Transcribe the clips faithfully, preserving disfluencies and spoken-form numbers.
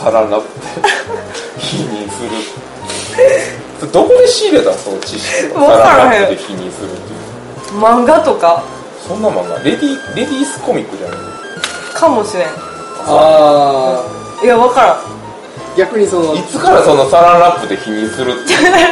サランラップで否認するどこで仕入れたのその知識サランラップで否認するっていう漫画とかそんな漫画レディレディースコミックじゃないかもしれんあいや分からん逆にそのいつからそのサランラップで否認するっていうその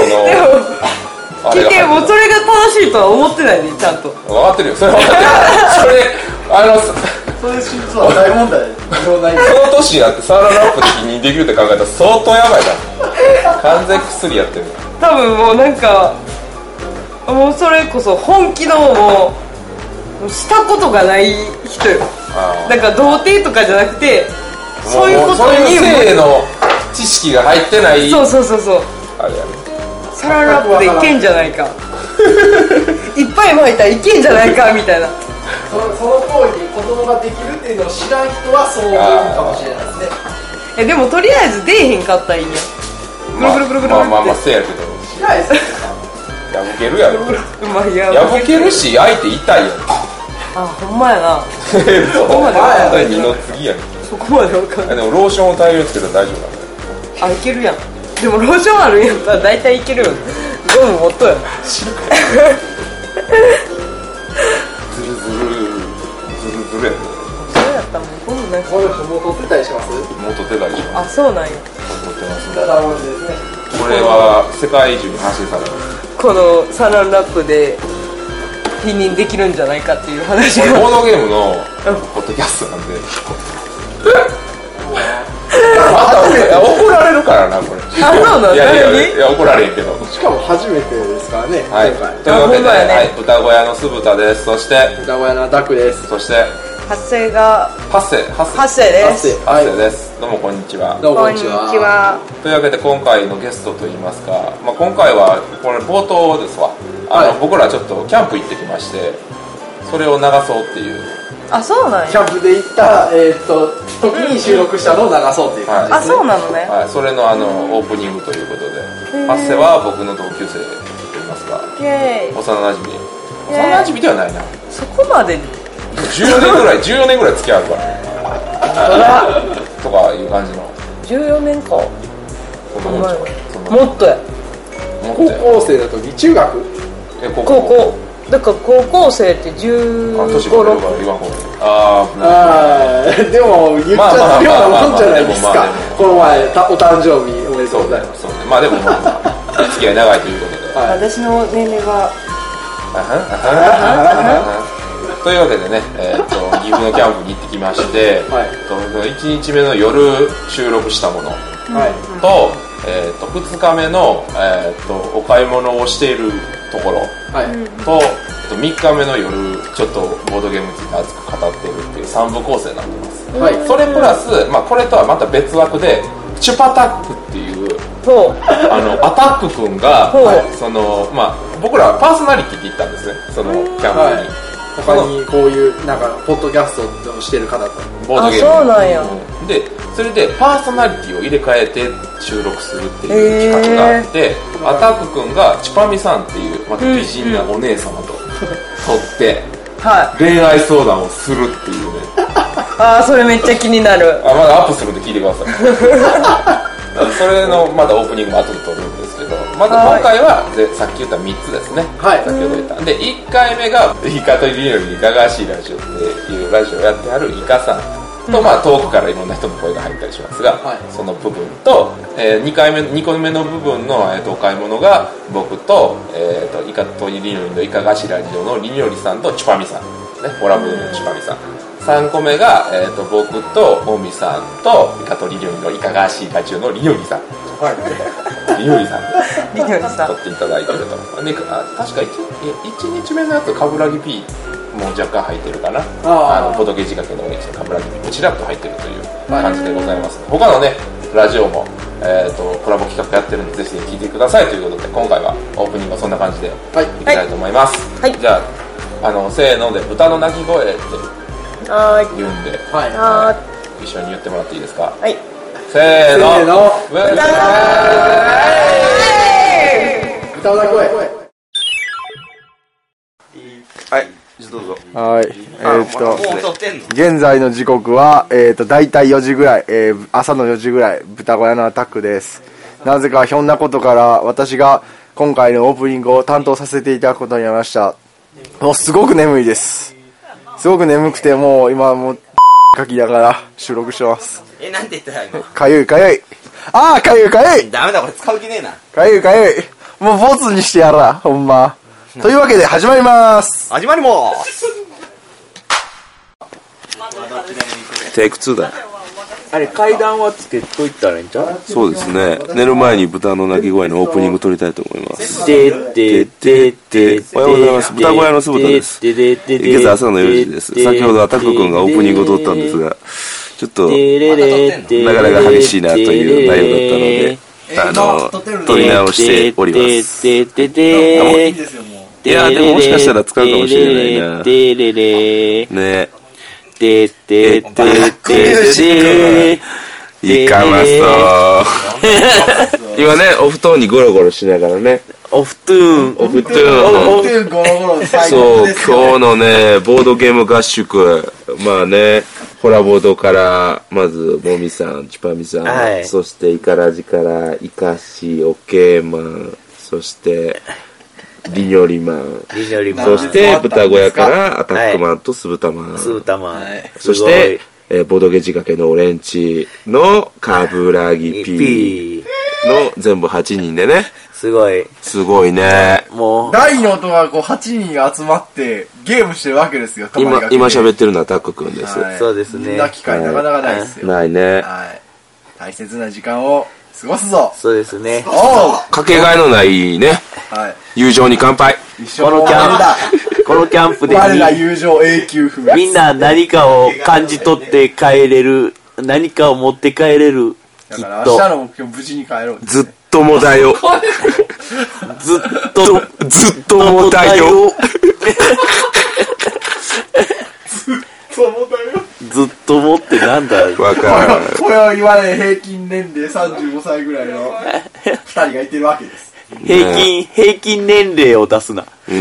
聞けもうそれが正しいとは思ってないでちゃんと分かってるよそれ分かってるそれあのそれ真実は大問題その年になってサランラップで否認できるって考えたら相当やばいな完全薬やってる多分もうなんかもうそれこそ本気のもうしたことがない人よなんか童貞とかじゃなくてそういうことにそういう性の知識が入ってないそうそうそうそうあれやねサランラップでいけんじゃないかいっぱい巻いたらいけんじゃないかみたいなそのその行為に子供ができるっていうのを知らん人はそう思うかもしれないですねえでもとりあえず出えへんかったらいいやまあぐるぐるぐるぐるまあまあまあせやけど知らないです破けるやろまあいや破けるし相手痛いやんあほんまやなそこまで分かんない二の次やんそこまで分かんないでもローションを大量につけたら大丈夫なんだよあいけるやんでもローションあるんやったら大体いけるよゴム持っとやんズルズルズルズルやでそれやったらもうゴムなんかこの人もう撮ってたりしますもう取ってたでしょあそうなんや取ってますねだからですねこれは世界中に発信されるこのサランラップで否認できるんじゃないかっていう話がこれボードゲームのポッドキャストなんでまたいや怒られるからなこれあそうなんいやいや誰にいや怒られへんけどしかも初めてですからねはい今回というわけで、 あほんまやねはい、歌小屋の酢豚ですそして歌小屋のダクですそして発声がハッセハッセ発声ですハッセですどうもこんにちはどうもこんにちはというわけで今回のゲストといいますか、まあ、今回はこれ冒頭ですわあの、 はい僕らちょっとキャンプ行ってきましてそれを流そうっていうあそうなんやキャンプで行ったえーっと時に収録したのを流そうっていう感じであすねそうなのねはい、それのあのオープニングということでハッセは僕の同級生といいますかイエーイ幼なじみ幼なじみではないなそこまでじゅうよねんぐらいじゅうよねんぐらい付き合うからとかいう感じのじゅうよねんかそんなもんちゃうそんなもっとやもっと高や校生の時中学え高高校だから高校生ってじゅあう年が出るからご、 言わん方がいいあーああでも言っちゃったようなもんじゃないですまあまあまあまあまあかこの前たお誕生日おめでとうそうだよございますそうねまあでもまあまあ付き合い長いということではい私の年齢はあはんあはんあはんというわけでね、えー、と岐阜のキャンプに行ってきまして、 はいといちにちめの夜収録したものはいと,、えー、とふつかめの、えー、とお買い物をしているところはいと、えっとみっかめの夜ちょっとボードゲームについて熱く語っているっていうさんぶ構成になってますはいそれプラス、まあ、これとはまた別枠でチュパタックっていうそうあのアタック君が、 ほうはいそのまあ、僕らパーソナリティって言ったんですねそのキャンプに、 他にこういうなんかポッドキャストをしてる方とボードゲームあそうなんやうんでそれでパーソナリティを入れ替えて収録するっていう企画があってアタック君がチュパミさんっていうまた美人なお姉様と撮ってはい恋愛相談をするっていうねああそれめっちゃ気になるあまだアップするんで聞いてくださいそれのまだオープニングも後で撮るんですけどまず今回はでさっき言ったみっつですねはい先ほど言ったでいっかいめがイカとリノリいかがわしいラジオっていうラジオをやってあるイカさんと、まあ、遠くからいろんな人の声が入ったりしますが、 はいその部分と、えー、にかいめにこめの部分の、えー、とお買い物が僕と,、えー、とイカとリノリのいかがわしいラジオのリノリさんとチュパミさん、ね、オラブーのチュパミさんさんこめが、えー、と僕とモミさんとイカとリノリのいかがわしいラジオのリノリさんはいリノリさんでリニョリさん撮っていただいてるとであ確か 1, 1日目のやつカブラギ P も若干入ってるかなあーあのボドゲ仕掛けのお店のカブラギ P もちらっと入ってるという感じでございます、他のねラジオも、えー、とコラボ企画やってるんでぜひ聞いてくださいということで今回はオープニングはそんな感じでいはいきたいと思います、 はいじゃああのせーので豚の鳴き声ってはーい言うんではいは一緒に言ってもらっていいですかーいせーのせーの豚歌うだ声はいどうぞ。 はい。えー、っと、 もう撮ってんの？ 現在の時刻は、えー、っと、だいたいよじぐらい、えー、朝のよじぐらい、豚小屋のアタックです。なぜかひょんなことから、私が今回のオープニングを担当させていただくことになりました。もうすごく眠いです。すごく眠くて、もう今もう、書きながら収録してます。 え、なんて言ったら今。 かゆいかゆい。あー、かゆいかゆい。 ダメだ、これ使う気ねえな。 かゆいかゆい。もうボツにしてやら、ほんま。というわけで始まります。 始まりまーす。 テイクツーだ。 あれ、階段はつけといたらいいんちゃう？ そうですね。寝る前に豚の鳴き声のオープニング撮りたいと思います。 ででででおはようございます。豚小屋の酢豚です。今朝朝のよじです。先ほどアタック君がオープニングを撮ったんですが、ちょっとなかなか激しいなという内容だったので、あの撮り直しております。いやでももしかしたら使うかもしれないな。ね。でででででいかますと今ねお布団にゴロゴロしながらねお布団お布団お布団ゴロゴロ最そう高ですよ。 今日のねボードゲーム合宿まあねホラボードからまずもみさんちぱみさん、 はい、 そしてイカラジからイカシオケーマンそしてリニョリマン、 リニョリマン、 そして豚小屋からアタックマンと酢豚マン、 酢豚マン、 そして、えー、ボドゲ仕掛けのオレンジのカブラギ P の全部はちにんでね。 すごい。 すごいね。 もう。 大の音がこうはちにんが集まってゲームしてるわけですよ。 今、今喋ってるのはタックくんです。 はい、そうですね。 こんな機会なかなかないですよ。 ないね。 はい。大切な時間を過ごすぞ。 そうですね。 おうかけがえのないね。 はい。 友情に乾杯。 このキャンプ、このキャンプで我ら友情永久不滅。 みんな何かを感じ取って帰れる、何かを持って帰れる。 だから明日の目標無事に帰ろう。 ずっともだよ。 ずっと、 ずっともだよ。 ずっともってなんだわかる。 これを言われ平均年齢さんじゅうごさいぐらいのふたりがいてるわけです。 平均、平均年齢を出すな。 うん。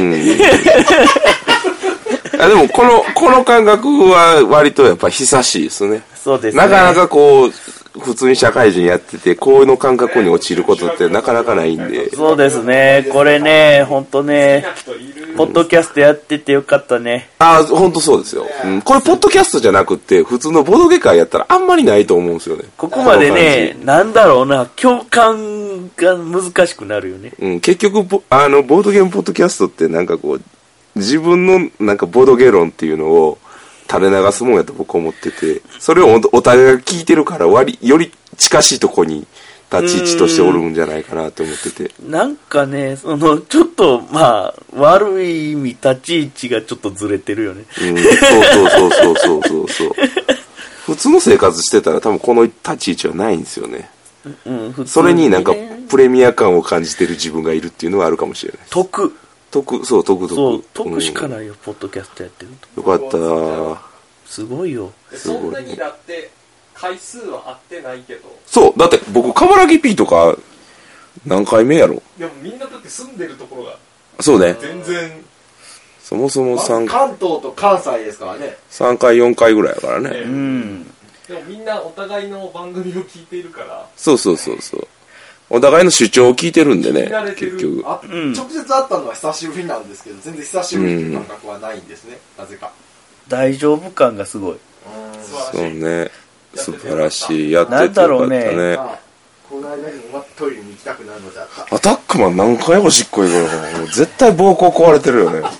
あでもこの、この感覚は割とやっぱ久しいですね。 そうですね。 なかなかこう、普通に社会人やってて、こういうの感覚に陥ることってなかなかないんで。 そうですね。これね、ほんとね、ポッドキャストやっててよかったね。 ああ、ほんとそうですよ。うん。これポッドキャストじゃなくて、普通のボードゲ会やったらあんまりないと思うんですよね。 ここまでね、なんだろうな、共感が難しくなるよね。 うん、結局、あの、ボードゲームポッドキャストってなんかこう、自分のなんかボードゲ論っていうのを垂れ流すもんやと僕は思ってて、それをお互いが聞いてるから割より近しいとこに立ち位置としておるんじゃないかなと思ってて。 なんかね、その、ちょっと、まあ、悪い意味立ち位置がちょっとずれてるよね。 うん、そうそうそうそうそうそう。普通の生活してたら多分この立ち位置はないんですよね。 うん、普通にね。 それになんかプレミア感を感じてる自分がいるっていうのはあるかもしれない。 得。 得、そう、得、得。 そう、得しかないよ、うん、ポッドキャストやってると。よかったー。 すごいよ。 そんなにだって回数は合ってないけど。 そう、だって僕、カバラギ P とか何回目やろ。 でもみんなだって住んでるところが。 そうね。 全然。 そもそもさん、 関東と関西ですからね。 さんかい、よんかいぐらいやからね。 うん。 でもみんなお互いの番組を聞いているから。 そうそうそうそう。お互いの主張を聞いてるんでね、結局あ、うん、直接会ったのは久しぶりなんですけど、全然久しぶりという感覚はないんですね、うん、なぜか大丈夫感がすごい。 そうね、素晴らしい。やっててよかったね。なんだろうね、 まあ、この間にもトイレに行きたくなるのであった。 アタックマン何回おしっこ行くのかな。もう絶対膀胱壊れてるよね。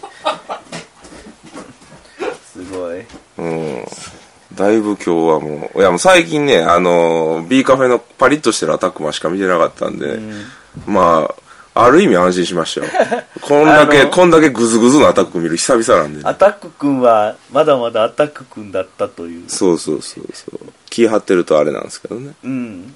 すごい。 うん。だいぶ今日はもう、いやもう最近ね、あの、B カフェのパリッとしてるアタックマンしか見てなかったんで、うん、まあ、ある意味安心しましたよ。こんだけ、こんだけグズグズのアタック見る久々なんで、ね。 アタック君は、まだまだアタック君だったという。 そうそうそうそう。気張ってるとあれなんですけどね。 うん。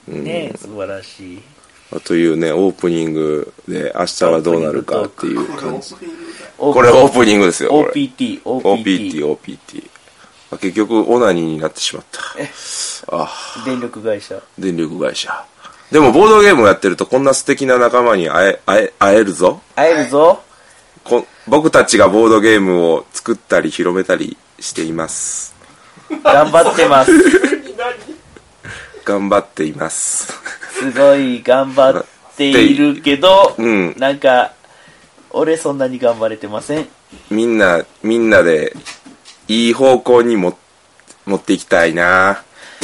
うん、ねえ、素晴らしい。 というね、オープニングで明日はどうなるかっていう感じ。これオープニングですよ。 オーピーティー、オーピーティー。 オーピーティー、オーピーティー。結局オナニーになってしまった。 ああ、電力会社。 電力会社。でもボードゲームをやってるとこんな素敵な仲間に会え、会え、会えるぞ。 会えるぞ。 こ僕たちがボードゲームを作ったり広めたりしています。 頑張ってます。 頑張っています。 すごい頑張っているけど、 うん、 なんか俺そんなに頑張れてません。 みんなみんなでいい方向にも持っていきたいな。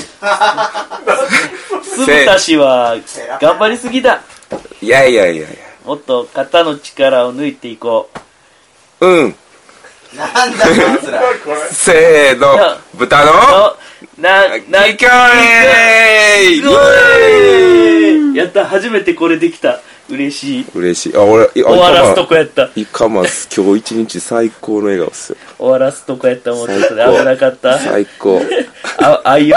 すぶたしは頑張りすぎだ。 いやいやいやいや、 もっと肩の力を抜いていこう。うん。 なんだこいつら。 せーの、豚のな、な、 いかーい。 すごい。やった、初めてこれできた。嬉しい。 嬉しい。あ、俺、 終わらすとこやった。 いかます。今日一日最高の笑顔っすよ。 終わらすとこやった。もうちょっと危なかった。 最高。 あ、あいよった。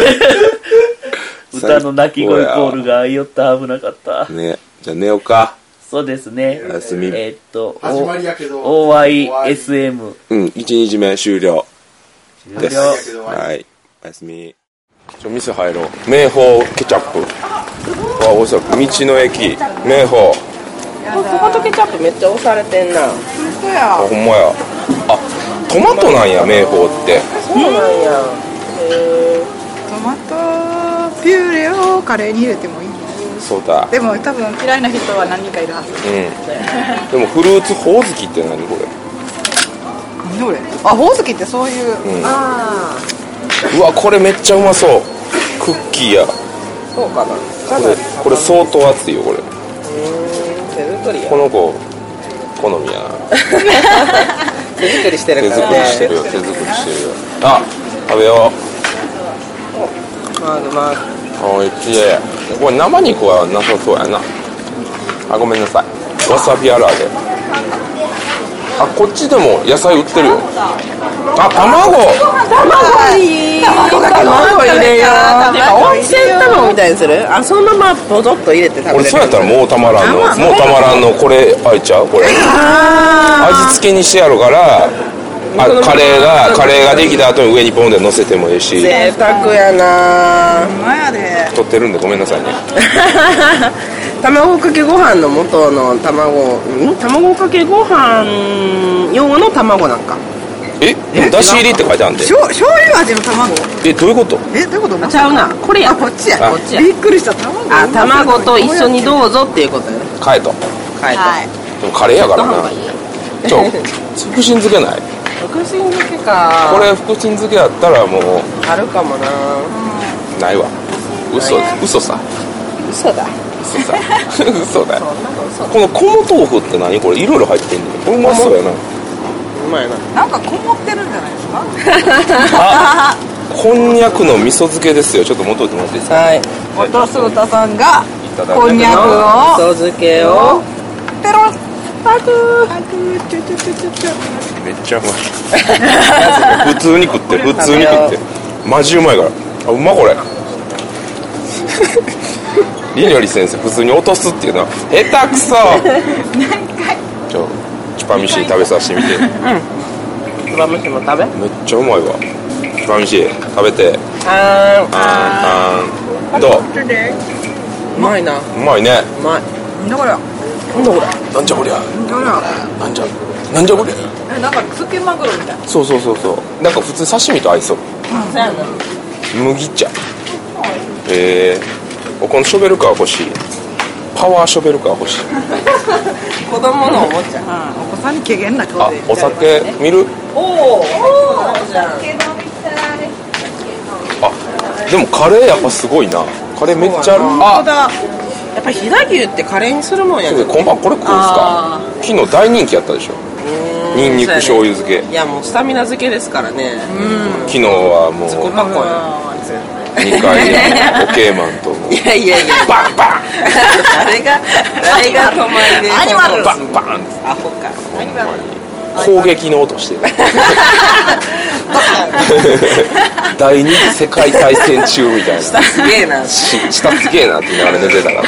歌の鳴き声コールがあいよった。危なかった。 ね。じゃあ寝ようか。 そうですね。 おやすみ。 えー、っと、 始まりやけどオーアイエスエム。 うん、いちにちめ終了です。 終了。 はい。おやすみ。ちょ、店入ろう。名宝ケチャップ。あ、おいしそう。道の駅。名宝。 トマトケチャップめっちゃ押されてんな。 あ、ほんまや。あ、トマトなんや、名宝って。 そうなんや。へー。 トマトピューレをカレーに入れてもいい。 そうだ。 でも多分嫌いな人は何人かいるはず。 うん。でもフルーツほおずきって何これ。 何これ。あ、ほおずきってそういう。 うん、 あうわ、これめっちゃうまそう。クッキーや。 そうかな。 これこれ相当熱いよこれ。 うーん、手作りや。 この子好みやな。 手作りしてるからね。 手作りしてるよ。手作りしてるよ。あ、食べよう。 まずまず。 おいしい。これ生肉はなさそうやな。あ、ごめんなさい。わさびあるあげ。あ、こっちでも野菜売ってるよ。あ、卵。 卵いい。卵入れよう。温泉卵みたいにする？あ、そのままポトッと入れて食べる。 俺そうやったらもうたまらんの。もうたまらんの。これあいちゃうこれ。味付けにしてやるから。あ、カレーがカレーができた後に上にポンで乗せてもいいし。 贅沢やな。 ほんまやで。 太ってるんでごめんなさいね。 卵かけご飯の元の卵、ん卵かけご飯用の卵なんか。 え、でもだし入りって書いてあるんで。 醤醤油味の卵。 え、どういうこと？ え、どういうこと？ ちゃうな。これや。 あ、こっちや。 こっちや。 びっくりした。卵。 あ、卵と一緒にどうぞっていうことやね。 カエと。 カエと。 はい。 でもカレーやからな。ちょ、福神漬けない？ 福神漬けか。 これ福神漬けやったらもうあるかもな。 ないわ。嘘嘘さ。 嘘だ。 嘘さ。嘘だよ。このこも豆腐って何これ？いろいろ入ってんねん。これうまそうやな。 うまいな。 なんかこもってるんじゃないですか？ あ、こんにゃくの味噌漬けですよ。ちょっと持っといてもらっていいですか？ はい。 おとすぶたさんがいただいてこんにゃくを味噌漬けをペロッ。パクパクチュチュチュチュチュ。 めっちゃうまい。普通に食って普通に食って。マジうまいから。あ、うまこれ。りりょり先生普通に落とすっていうのは下手くそ。ちょチュパミシ食べさせてみて。 うん。つばむしも食べ。 めっちゃうまいわ。チュパミシ食べて。 あーあーあーどう？ うまいな。 うまいね。 うまい。 なんだこれ。 なんだこれ。 なんじゃこりゃ。 なんだこれ。 なんじゃなんじゃこりゃ。 え、なんか漬けマグロみたいな。 そうそうそうそう。なんか普通刺身と合いそう。 そうやな。 麦茶。えー、このショベルカー欲しい。パワーショベルカー欲しい。 子供のおもちゃ。 うん、お子さんに軽減な顔あで。、 お酒見る？ おお。おお。じゃん。 あ、でもカレーやっぱすごいな。カレーめっちゃある。あ、 やっぱ飛騨牛ってカレーにするもんやね。 今晩これ食うんすか？昨日大人気やったでしょ。ニンニク醤油漬け。 いやもうスタミナ漬けですからね。 昨日はもうこばっこや。 にかいオケーマンといやいやいや。 バンバン。 誰が誰が止まりで。 アニマル。 バンバン。 アホか。 アニマル。 攻撃の音してる。第二次世界大戦中みたいな。 すげえな。 し下すげえなって言いながら寝てたからね。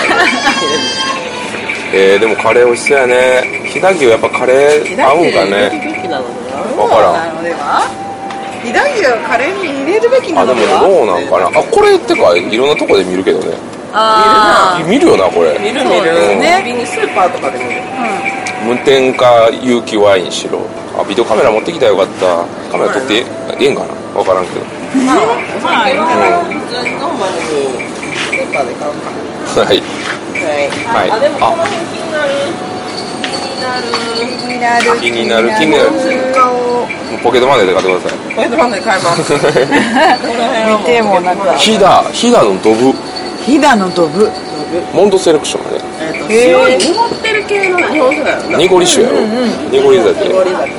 えー、でもカレー美味しそうやね。飛騨牛やっぱカレー合うんかね。分からん。 なのでは飛騨牛をカレーに入れるべきなあ、でものでは。 どうなんかな。あ、これってかいろんなとこで見るけどね。 あ見るよなこれ。 見る見る。 うんね。ビニスーパーとかで見る。 無添加有機ワインしろ。あ、ビデオカメラ持ってきたらよかった。カメラ撮ってええんかな分からんけど。 まあまあいいから普通にノーマルにスーパーで買うか。 はいはい、 はい。 あでもこの辺気になる気になる気になる気になる気になる。ポケットマネーで買ってください。 ポケットマネーで買いますこの辺は見てもなんかヒダヒダのドブ飛騨のドブモンドセレクションね。 えーと白い濁ってる系の日本酒だよな。 濁り酒やろ。濁り酒。 濁り酒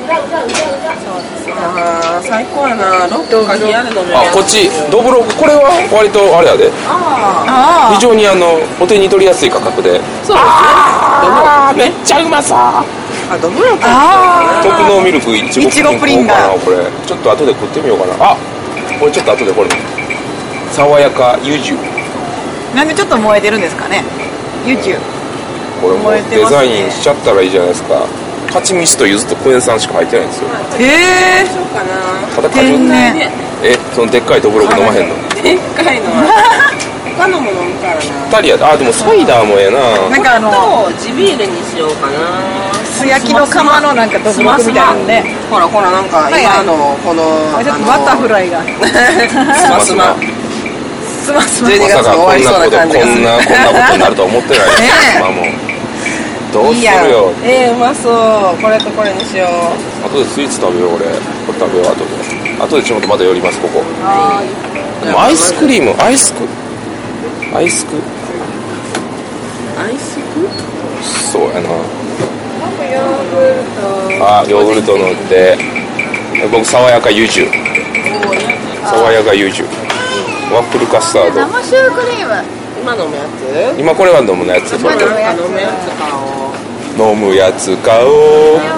あー最高やな。ロックかきやで飲める。 あ、こっちドブロこれは割とあれやで。 あ非常にあのお手に取りやすい価格で。 そうですね。 あーめっちゃうまそう。 あドブロック特納ミルクいちごプリン買おうかなこれ。ちょっと後で食ってみようかな。あ、これちょっと後でこれ爽やかゆず。 なんでちょっと燃えてるんですかね YouTube これもうデザインしちゃったらいいじゃないですか。ハチミツと柚子とクエン酸しか入ってないんですよ。 へえそうかな。 ただ果汁天然え、そのでっかいドブロク飲まへんの。 でっかいのは他のも飲むからな。 タリアあ、でもサイダーもええな。 なんかあのと地ビールにしようかな。 素焼きの釜のなんかドブロクみたいなのねほらほらなんか今のこのちょっとバタフライがスマスマスマスマじゅうにがつまさかこ終わりそうなんなことこん感じがする。 なこんなことになるとは思ってないです。 ねえまあもうどうするいいやんよ。 えー、うまそう。これとこれにしよう。 後でスイーツ食べよう俺。これ食べよう後で。後でちょっとまた寄りますここ。でもアイスクリームアイスクアイスクアイスクそうやな。 ヨーグルト。 あ、ヨーグルト乗って僕爽やかゆず爽やかゆずワッフルカスタード生シュークリーム今飲むやつ今これは飲むやつ。 今なんか飲むやつ買おう。 飲むやつ買おう。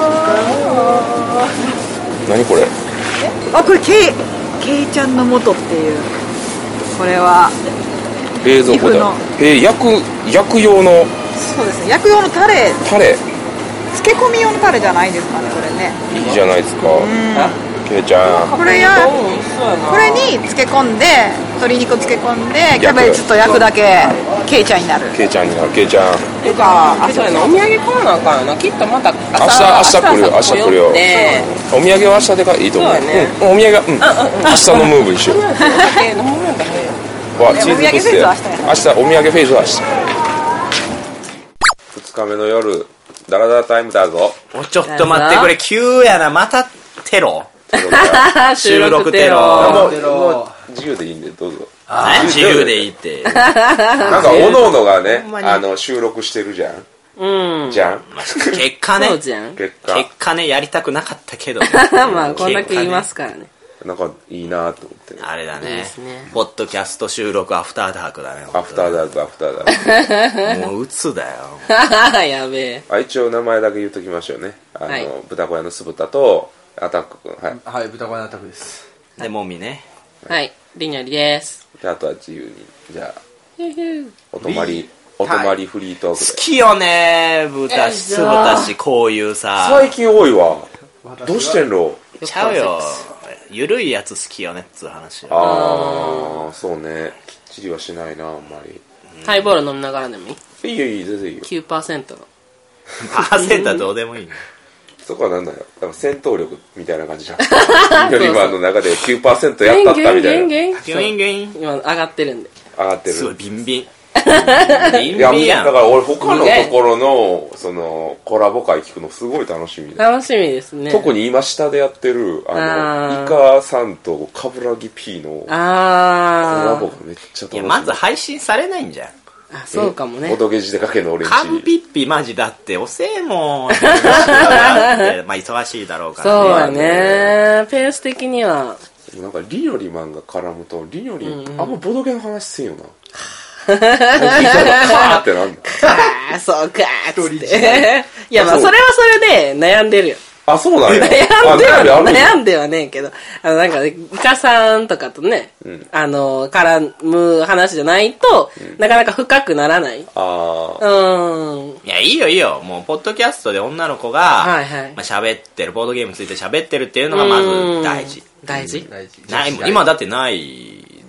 何これ。 あこれケイケイちゃんの元っていうこれは冷蔵庫だ岐阜の。 えー、焼く焼く用のそうですね薬用のタレタレ漬け込み用のタレじゃないですかねこれねいいじゃないですか。ケイちゃんこれやこれに漬け込んで鶏肉漬け込んでキャベツと焼くだけケイちゃんになるケイちゃんになる。ケイちゃんていうか、あ、そうやな、お土産買わなあかんよな。きっとまた明日明日来るよ明日来るよ。お土産は明日でかいいと思う。 そうやねうん、お土産はうん明日のムーブにしよう。 お酒飲むんだね。 わチーズプステお土産フェイズは明日や明日お土産フェイズは明日。ふつかめの夜ダラダラタイムだぞ。 おちょっと待ってくれ急やなまたテロ収録テロもうもう自由でいいんでどうぞ。 自由でいいってなんかおのおのがねあの収録してるじゃん。 うん。 じゃん。 結果ねそうじゃん。 結果結果ねやりたくなかったけどねまあ、こんだけ言いますからね。 なんかいいなと思って。 あれだねいいですねポッドキャスト収録アフターダークだねアフターダークアフターダーク。 もう鬱だよやべえ。 あ一応名前だけ言っときましょうね。あの、 はい豚小屋の酢豚とアタック君はい。 はい、豚小屋のタクです。 でもみねはい、りにょりです。 であとは自由にじゃあお泊まりお泊まりフリートークで。 好きよね豚し酢豚しこういうさ最近多いわ。どうしてんの。 ちゃうよゆるいやつ好きよねっつう話よああそうねきっちりはしないなあんまり。 ハイボール飲みながらでもいい？ いいよいいよ全然いいよ。 きゅうパーセントの。 パーセントはどうでもいいねそこはなんだよだから戦闘力みたいな感じじゃん。よりマンの中で きゅうパーセント やったったみたいなゲンゲンゲンギュインギュイン今上がってるんで。 上がってる。 すごいビンビンビンいやビンやんだから俺他のところのそのコラボ会聞くのすごい楽しみだ。 楽しみですね。 特に今下でやってるあのあーイカさんとカブラギ P のコラボあがめっちゃ楽しみ。 いやまず配信されないんじゃんーあ、そうかもねボ。ドゲジでかけの俺んち。 カンピッピマジだって遅えもんまあ忙しいだろうからそうだね。ペース的には。 なんかリニョリマンが絡むとリニョリ、あんまボドゲの話せんよな。聞いたらカーってなんだ。 ああ、そうかーっつって。いや、まあ、それはそれで悩んでるよ。 あ、そうなんや。 悩んでは、 あ悩みあるんや悩んではねえけど、あの、なんか、イカさんとかとね、 んあの、絡む話じゃないと、なかなか深くならない。 あうーん。 いやいいよいいよもうポッドキャストで女の子が、 はいはいまあ、喋ってるボードゲームについて喋ってるっていうのがまず大事大事大事。 ない今だってない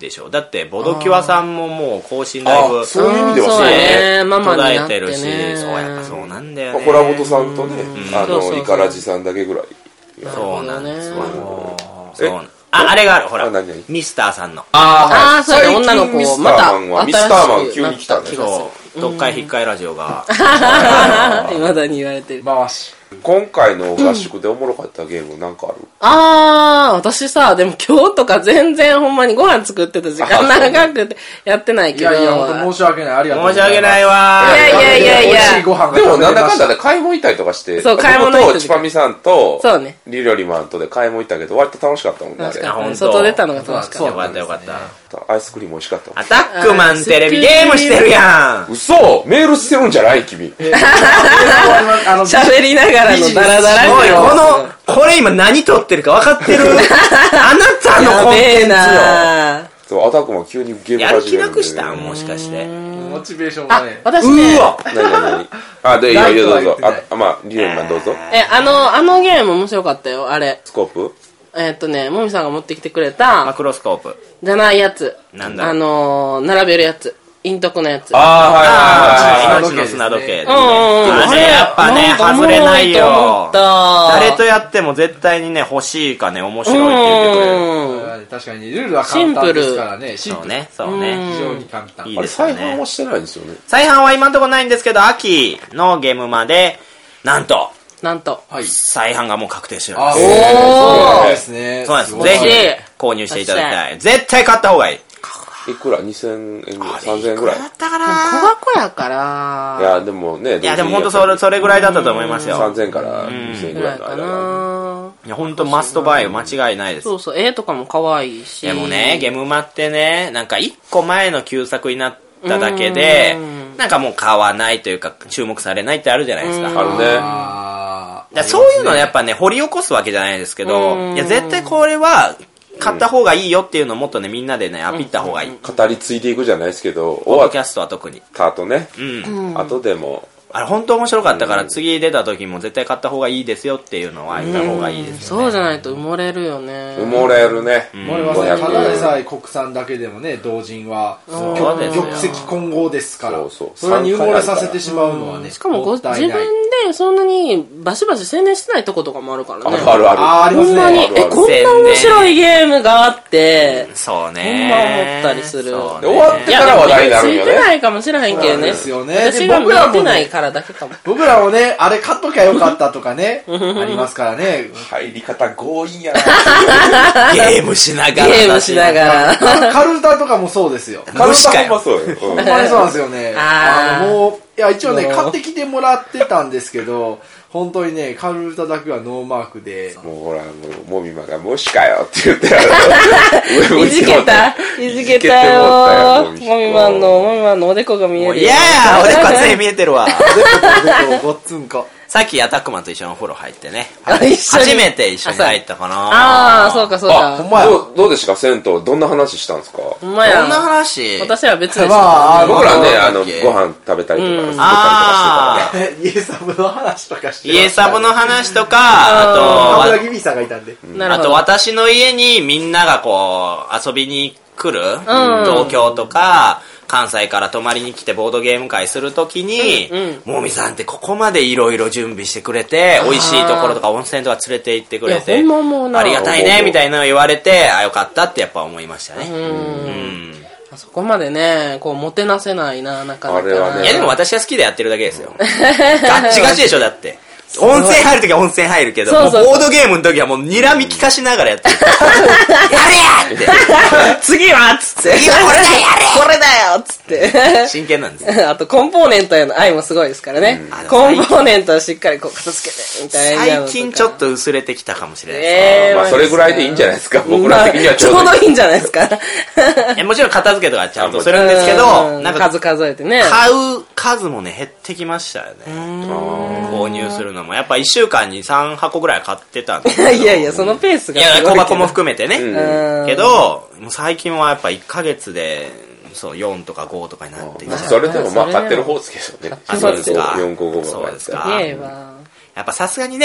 でしょ。だってボドキュアさんももう更新だいぶそういう意味ではそうね、ママになって途絶えてるね。 し、そうやっぱそうなんだよね。 コラボトさんとね、あのそうそうそうイカラジさんだけぐらい。 そうなんですよ。 えそうあ、あれがある、ほらあ何々、 ミスターさんの。 ああ、そうやね、女の子ミスターまたマンはミスターマン急に来たね。 そう、どっかい引っかいラジオが。 いまだに言われてる。 回し。 今回の合宿でおもろかったゲームなんかある？ あー、私さ、でも今日とか全然ほんまにご飯作ってた時間長くてやってないけど。 いやいや、本当申し訳ない。ありがとうご申しざいます。 訳ないわいやいやいやいや美味しいご飯がでもなんだかんだ食べれまで買い物行ったりとかして、 そう買い物行った僕とチパミさんと、 そうね。 リロリマンとで買い物行ったけど割と楽しかったもんね、あれ。 確かに。 ほんと外出たのが楽しかった。 そうよかったよかった。 アイスクリーム美味しかったもん。 アタックマンテレビゲームしてるやん。 嘘メールしてるんじゃない君。 あの、 喋りながらのダラダラおい、この、これ今何撮ってるか分かってるあなたのコンテンツよ。 そう、アタックマン急にゲームやる気始めるんでなくしたんもしかして。 モチベーションがあね、。 私ね、 何何何あ、で、いいよいいよどうぞ。 ライトは言ってあ、まあ、リロリマンどうぞ。 え、あの、あのゲーム面白かったよ、あれ。 スコープえーっとね、もみさんが持ってきてくれマた、 クロスコープ。 じゃないやつ。 なんだあのー、並べるやつ。陰徳のやつ。 あああ、 はいはいはい命の砂時計。 うんうんうん。 あれやっぱね、 なんか外れないおもろいと思よっ。た誰とやっても絶対にね、欲しいかね、面白いって言ってくれる。 うん。 確かにルールは簡単ですからね。シンプル。 そうね、そうね。 非常に簡単。 いいあれ、 ですよね再販は。してないんですよね。 再販は今んとこないんですけど、秋のゲームまで、なんと、 なんと。 はい。 再販がもう確定してるんあ、 です。 そうですね。 そうなんです。 ごいぜひ、購入していただきたい。絶対買った方がいい。 いくら ?にせんえんぐらい ?さんぜんえんぐらいだったか小な箱やから。 いや、でもね、 いや、でも本当それ、それぐらいだったと思いますよ。 さんぜんえんからにせんえんぐらいのぐらいか間が。 な。 いや、本当マストバイ間違いないです。 そうそう、絵とかも可愛いし。 でもね、ゲームマってね、なんか一個前の旧作になっただけでうん、 なんかもう買わないというか、注目されないってあるじゃないですか。 あるね。 あだからそういうのやっぱね、掘り起こすわけじゃないですけど、 うんいや、絶対これは、買った方がいいよっていうのをもっとね、みんなでね、アピった方がいい。 語り継いでいくじゃないですけど、終わっポッドキャストは特に。 た後ね、 うん。 後でも、 あれ本当面白かったから、次出た時も絶対買った方がいいですよっていうのは言った方がいいですよね。 そうじゃないと埋もれるよね。 埋もれるね。 あ。これはね、ただでさえ国産だけでもね、同人は、 そうですよ玉石混合ですから。 そうそうそれに埋もれさせてしまうのはね。 しかもごった自分いないでそんなにバシバシ宣伝してないとことかもあるからね。 あるあるある。 あー、ありますほんまに、 ね。 え、こんな面白いゲームがあって、 そうほんまね。 思ったりする。 そうで終わってから話題になるんよついてなね。 いかもしれへんけどね。 そうですよね私が見えてないからだけかも。 僕らもね、あれ買っときゃよかったとかね、ありますからね。 入り方強引やな。 ゲームしながら。 ゲームしながら。 カルタとかもそうですよ。 カルタ無視かよほんまそうよ。うんほんまにそうなんですよね。 あーあの、もう、いや、一応ね、 もう買ってきてもらってたんですけど、本当にね、カルタだけはノーマークで、 もうほら、もう、もみまが、もしかよって言って、 いじけたいじけたよもみまんの、もみまんのおでこが見えるよ。 もう嫌や俺こっちに見えてるわ。 でこごっつんこ。 さっきアタックマンと一緒にお風呂入ってね。 あ一緒に初めて一緒に入ったかな。 ああ、そうかそうあ、 か。 ほんまや。 どう、どうでしたか銭湯、どんな話したんですかほんまや。 どんな話私は別でしまあ、あの僕らね、あの、 オッケーご飯食べたりとか、 うん作ったりとかしてたあから。 イエサブの話とかしてイエサブの話とか、あと、 あと、ギミさんがいたんで。 あなるほど。 と私の家にみんながこう、遊びに来る、 ん東京とか、関西から泊まりに来てボードゲーム会するときに、 うんもみさんってここまでいろいろ準備してくれて、美味しいところとか温泉とか連れて行ってくれて、 いやほんま思うなありがたいね、みたいなの言われて、あ、よかったってやっぱ思いましたね。 うん。 うん。 あそこまでね、こう、もてなせないな、なかなかな。 あれはねいやでも私は好きでやってるだけですよ。ガッチガチでしょ、だって。温泉入るときは温泉入るけど、 そうそうそうもうボードゲームのときはもう睨み利かしながらやってる。やれやって。 次はっつって。 次はこれだやれこれだよっつって。 真剣なんですよ。 あと、コンポーネントへの愛もすごいですからね。 うんコンポーネントをしっかりこう片付けて、みたいなのとか。 最近ちょっと薄れてきたかもしれないです。 えー、 まあ、それぐらいでいいんじゃないですか。僕ら的にはちょうどいい。 まあちょうどいいんじゃないですか。 いやもちろん片付けとかちゃんとするんですけど、 うんなんか数数えてね。 買う数もね減ってきましたよね。購入するのも。やっぱいっしゅうかんにさんはこぐらい買ってたんですけど。 いやいや、そのペースいや、 がすごいけど。 小箱も含めてね。 うんけど、もう最近はやっぱいっかげつで、そう、よんとかごとかになってきて。 それでもまあ、買ってる方ですけどね。 あそうですかよんこごそうですかすげえわ。 やっぱさすがにね、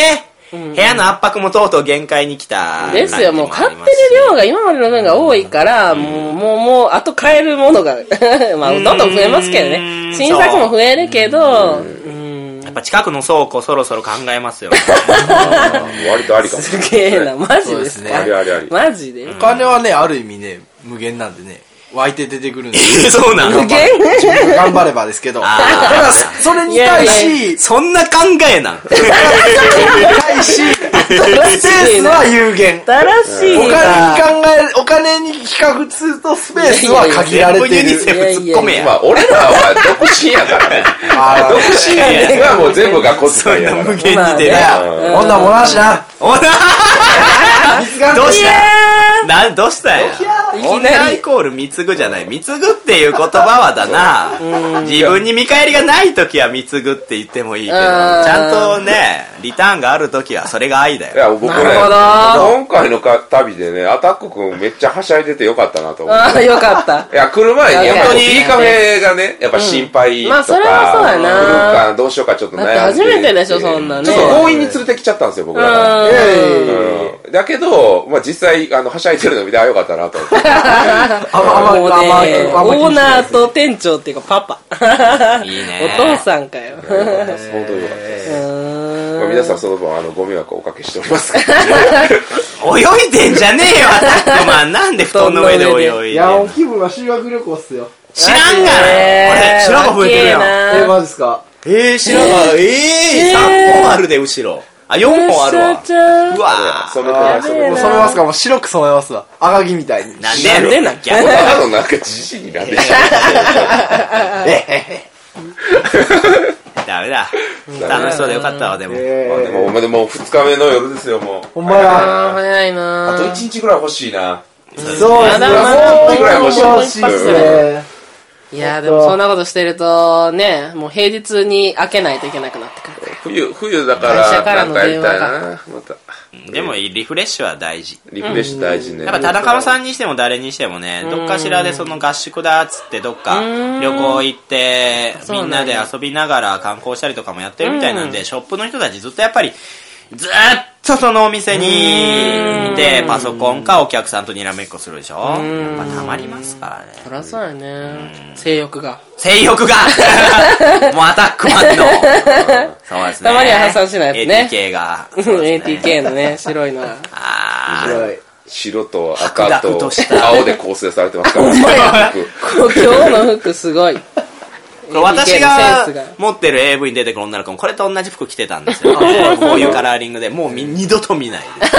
部屋の圧迫もとうとう限界に来た。 ですよ、もう買ってる量が今までの分が多いから、もう、もう、もう、あと買えるものが、まあ、どんどん増えますけどね。新作も増えるけど、 やっぱ近くの倉庫そろそろ考えますよ。 割とありかも。 すげえな、マジですね。 ありありあり。 マジで。 お金はね、ある意味ね、無限なんでね。湧いて出てくるんで。 そうなの？ 無限頑張ればですけど。だからそれに対し、 そんな考えなん。 それに対し、スペースは有限。 新しい。 お金に考え、お金に比較するとスペースは限られてる。 ユニセフ突っ込めや。 まあ俺らは独身やからね。独身はもう全部が小遣いやから。 無限に出る。 女もらうしな。 女どうしたな、どうしたんや。女イコール貢ぐじゃない。貢ぐっていう言葉はだな。自分に見返りがないときは貢ぐって言ってもいいけど、ちゃんとね、リターンがあるときはそれが愛だよ。 いや、僕ね、今回の旅でね、アタック君めっちゃはしゃいでてよかったなと思って。 ああ、よかった。 いや、来る前にやっぱ B カフェがね、やっぱ心配とか、 まあそれはそうやな。 来るかどうしようかちょっと悩んで。 だって初めてでしょ、そんなね。 ちょっと強引に連れてきちゃったんですよ、僕らが。だけど、まあ実際、あの、はしゃいでるの見てよかったなと思って。 もうね、オーナーと店長っていうかパパ。 いいね。 お父さんかよ。 本当によかったです。皆さんその分、あの、ご迷惑をおかけしておりますから。 泳いでんじゃねえよ、アタックマン。なんで布団の上で泳いでんの。 いや、気分は修学旅行っすよ。 知らんがな。俺、白が増えてるやん。 え、マジっすか？ えー、白が、えー、さんぼんあるで、後ろ。あ、よんほんあるわ。うわ染めてない、染めてない。 染めますか？もう白く染めますわ。赤木みたいに。 なんでなんでなんきゃ。 あのなんかじじいになんでしょ。 ダメだ。楽しそうでよかったわ、でも。 でも、でもふつかめの夜ですよ、もう。 ほんまや。 早いなあといちにちぐらい欲しいな。 そうまだまだもうぐらい欲しい。 欲しいっすね。 いやでもそんなことしてるとね、もう平日に開けないといけなくなってくる。 冬、冬だからなんかやりたいな、また。 でもリフレッシュは大事。 リフレッシュ大事ね。 やっぱ田中さんにしても誰にしてもね、どっかしらでその合宿だっつってどっか旅行行ってみんなで遊びながら観光したりとかもやってるみたいなんで、ショップの人たちずっとやっぱりずーっとそのお店にいてパソコンかお客さんとにらめっこするでしょ。やっぱたまりますからね。 そりゃそうやね。性欲が性欲がもうアタックマンのそうですね。 たまには破産しないやつね。 エーティーケー がエーティーケー のね、白いのはあ白い白と赤と青で構成されてますから。 ほんまや。今日の服すごい。 これ私が持ってる エーブイ に出てくる女の子もこれと同じ服着てたんですよ。こういうカラーリングでもう二度と見ないです。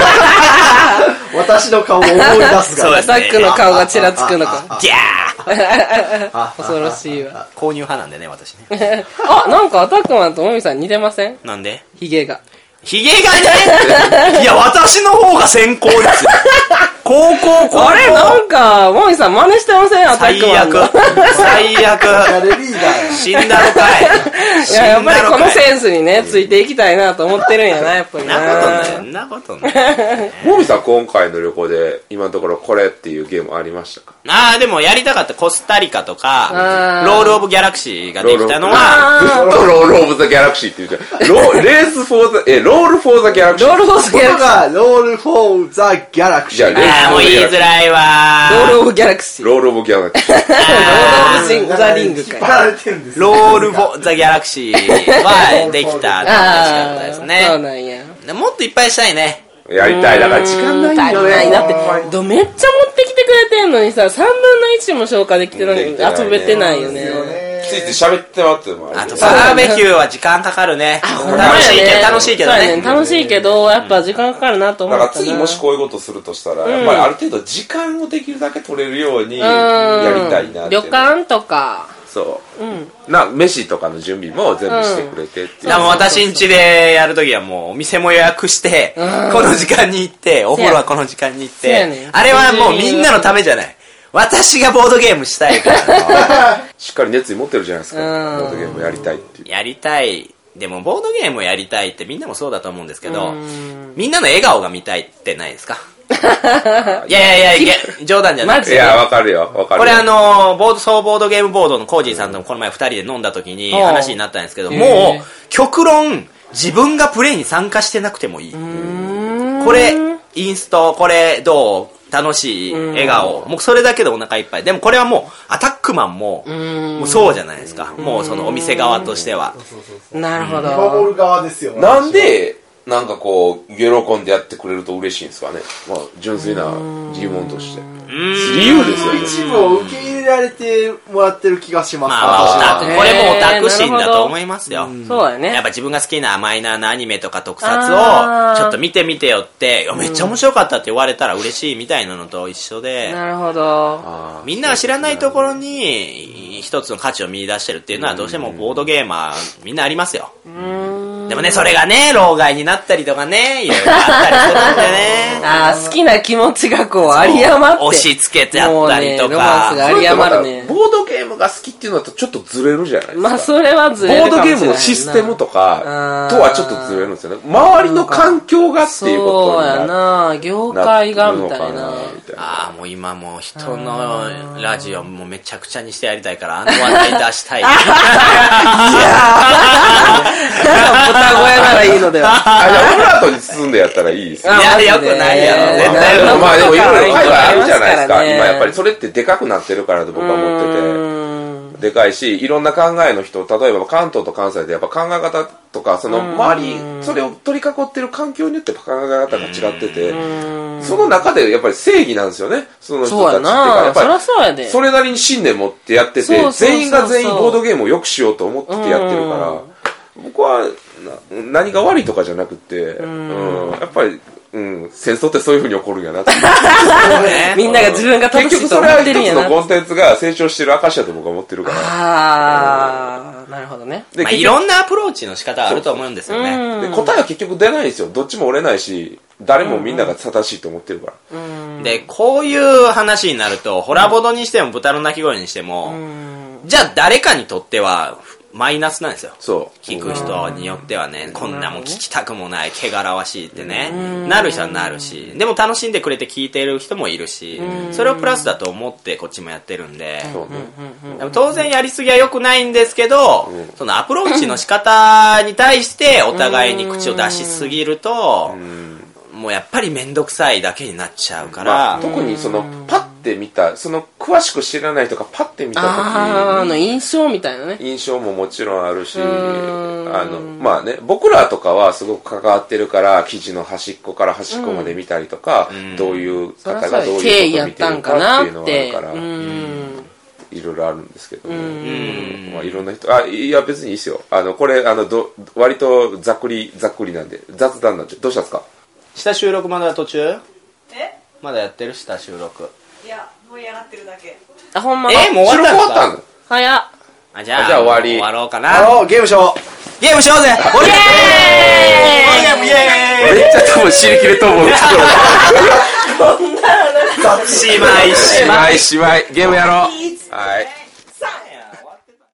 私の顔を思い出すから。 アタックの顔がちらつくのか。 ギャー恐ろしいわ。 購入派なんでね、私ね。 あ、なんかアタックマンともみさん似てません？ なんで？ ヒゲが。 ヒゲがねいや、私の方が先行ですよ。高校、高校。 あれなんか、もみさん真似してません？アタックマンの。 最悪。最悪。死んだのかい。 いや、やっぱりこのセンスにね、ついていきたいなと思ってるんやな、やっぱりな。 そんなことない。そんなことない。 もみさん今回の旅行で今のところこれっていうゲームありましたか？ ああ、でもやりたかったコスタリカとか、ロールオブギャラクシーができたのは、 ずっとロールオブザギャラクシーって言うじゃん。ロレースフォーザ、え、ロールフォーザギャラクシー。 ロールフォーザギャラクシー。 ロールフォーザギャラクシー。 ああ、もう言いづらいわ。 ロールオブギャラクシー。 ロールオブギャラクシー。 ロールオブザリングか。 ロールフォーザギャラクシーはできた。楽しかったですね。 そうなんや。 もっといっぱいしたいね。 やりたい。だから時間ないよね。 だって、どめっちゃ持ってきてくれてんのにさ、さんぶんのいちも消化できてるのに遊べてないよね。 ついて喋ってもらってもあとバーベキューは時間かかるね。楽しいけど楽しいけどね。 楽しいけど、やっぱ時間かかるなと思ったな。 だから次もしこういうことするとしたら、やっぱりある程度時間をできるだけ取れるようにやりたいなって。 旅館とか。 そう。な、飯とかの準備も全部してくれてっていう。 でも私ん家でやるときはもうお店も予約して、この時間に行って、お風呂はこの時間に行って、あれはもうみんなのためじゃない。私がボードゲームしたいから。 しっかり熱意持ってるじゃないですか。ボードゲームやりたいっていう。 やりたい。でもボードゲームをやりたいってみんなもそうだと思うんですけど、みんなの笑顔が見たいってないですか？いやいやいや、冗談じゃない。 いや、わかるよ、わかるよ。 これあの、ボード、総ボードゲームボードのコージーさんとこの前二人で飲んだ時に話になったんですけど、もう、極論、 自分がプレイに参加してなくてもいい。これ、インスト、これどう楽しい笑顔。もうそれだけでお腹いっぱい。でもこれはもう、アタックマンも、もうそうじゃないですか。もうそのお店側としては。 なるほど。 守る側ですよ。 なんで、なんかこう、喜んでやってくれると嬉しいんですかね。まあ、純粋な疑問として。理由ですよね。 一部を受け入れられてもらってる気がします。 まあ、オタク、これもオタク心だと思いますよ。 そうだね。 やっぱ自分が好きなマイナーなアニメとか特撮を、ちょっと見てみてよって、めっちゃ面白かったって言われたら嬉しいみたいなのと一緒で。 なるほど。 みんなが知らないところに、一つの価値を見出してるっていうのは、どうしてもボードゲーマー、みんなありますよ。でもね、それがね、老害になったりとかね、いろいろあったりするんでね。 ああ、好きな気持ちがこう、有り余って。 押し付けてあったりとか。 ロマンスが有り余るね。 ボードゲームが好きっていうのとちょっとずれるじゃないですか。 まあ、それはずれるかもしれない。 ボードゲームのシステムとかとはちょっとずれるんですよね。周りの環境がっていうことになる。 そうやな、業界がみたいな。 ああ、もう今もう人のラジオもめちゃくちゃにしてやりたいから、あの話題出したい。いやー。豚小屋ならいいのでは。 あ、じゃあオブラートに包んでやったらいいですよ。 いや、よくないやろ。絶対。 まあでもいろいろ海外あるじゃないですか。今やっぱりそれってでかくなってるからと僕は思ってて。でかいし、いろんな考えの人、例えば関東と関西でやっぱ考え方とか、その周り、それを取り囲ってる環境によって考え方が違ってて、その中でやっぱり正義なんですよね。その人たちっていうか、やっぱりそれなりに信念持ってやってて、全員が全員ボードゲームを良くしようと思ってやってるから、僕は何が悪いとかじゃなくて、うん、やっぱり、うん、戦争ってそういう風に起こるんやなって。 みんなが自分が楽しいと思ってるんやな。 結局それは一つのコンテンツが成長してる証だと僕は思ってるから。 ああ、なるほどね。 まあ、いろんなアプローチの仕方あると思うんですよね。 で答えは結局出ないんですよ。どっちも折れないし、誰もみんなが正しいと思ってるから。 で、こういう話になると、ホラボドにしても豚の鳴き声にしても、じゃあ誰かにとっては、マイナスなんですよ。 そう。 聞く人によってはね、こんなもん聞きたくもない、汚らわしいってね、なる人はなるし、でも楽しんでくれて聞いてる人もいるし、それをプラスだと思ってこっちもやってるんで、でも当然やりすぎは良くないんですけど、そのアプローチの仕方に対してお互いに口を出しすぎると、もうやっぱりめんどくさいだけになっちゃうから、まあ、特にそのパッて見た、その詳しく知らない人がパッて見た時に、 ああの印象みたいなね、 印象ももちろんあるし、あのまあね、僕らとかはすごく関わってるから記事の端っこから端っこまで見たりとか、うん、どういう方がどういうことを見てるかっていうのがあるから、いろいろあるんですけど、ね、まあいろんな人、あ、いや別にいいですよ。あのこれあのど割とざっくりざっくりなんで、雑談なんで。どうしたんですか？ 下収録まだ途中？ え？ まだやってる？下収録。 いや、盛り上がってるだけ。 あ、ほんま？ え、もう終わったんですか？ 早っ。 あ、じゃあ、 じゃあ終わり。 終わろうかな。 あの、ゲームしよう。 ゲームしようぜ。ボードゲームイエーイ。 めっちゃ多分知り切れと思う。 しまいしまいしまい。ゲームやろう。はい。